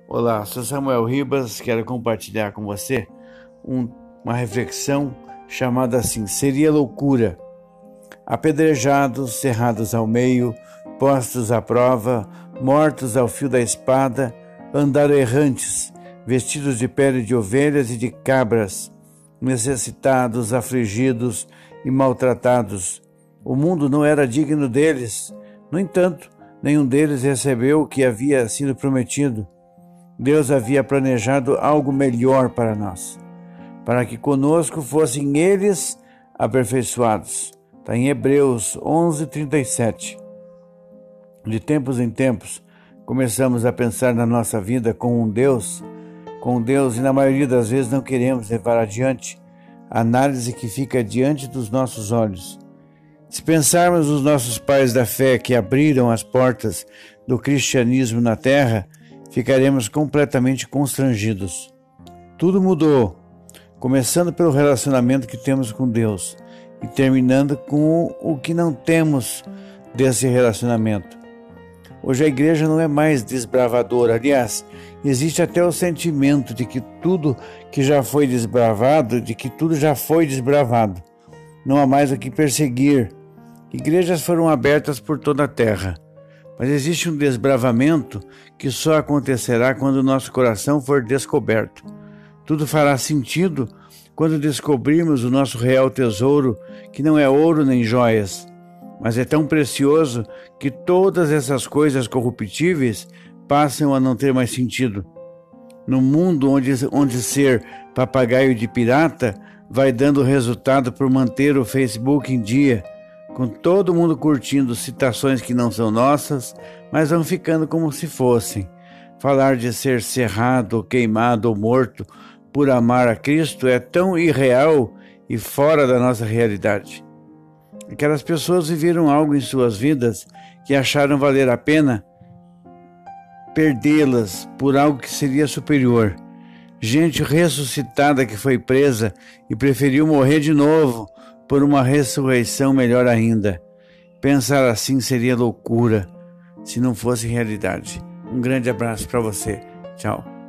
Olá, sou Samuel Ribas, quero compartilhar com você uma reflexão chamada assim: seria loucura. Apedrejados, cerrados ao meio, postos à prova, mortos ao fio da espada, andaram errantes, vestidos de pele de ovelhas e de cabras, necessitados, afligidos e maltratados. O mundo não era digno deles. No entanto, nenhum deles recebeu o que havia sido prometido. Deus havia planejado algo melhor para nós, para que conosco fossem eles aperfeiçoados. Está em Hebreus 11:37. De tempos em tempos, começamos a pensar na nossa vida com Deus, e na maioria das vezes não queremos levar adiante a análise que fica diante dos nossos olhos. Se pensarmos nos nossos pais da fé que abriram as portas do cristianismo na terra, ficaremos completamente constrangidos. Tudo mudou, começando pelo relacionamento que temos com Deus e terminando com o que não temos desse relacionamento. Hoje a igreja não é mais desbravadora. Aliás, existe até o sentimento de que tudo que já foi desbravado, Não há mais o que perseguir. Igrejas foram abertas por toda a terra, mas existe um desbravamento que só acontecerá quando o nosso coração for descoberto. Tudo fará sentido quando descobrirmos o nosso real tesouro, que não é ouro nem joias, mas é tão precioso que todas essas coisas corruptíveis passam a não ter mais sentido. No mundo onde ser papagaio de pirata vai dando resultado por manter o Facebook em dia, com todo mundo curtindo citações que não são nossas, mas vão ficando como se fossem. Falar de ser cerrado, ou queimado ou morto por amar a Cristo é tão irreal e fora da nossa realidade. Aquelas pessoas viveram algo em suas vidas que acharam valer a pena perdê-las por algo que seria superior. Gente ressuscitada que foi presa e preferiu morrer de novo por uma ressurreição melhor ainda. Pensar assim seria loucura se não fosse realidade. Um grande abraço para você. Tchau.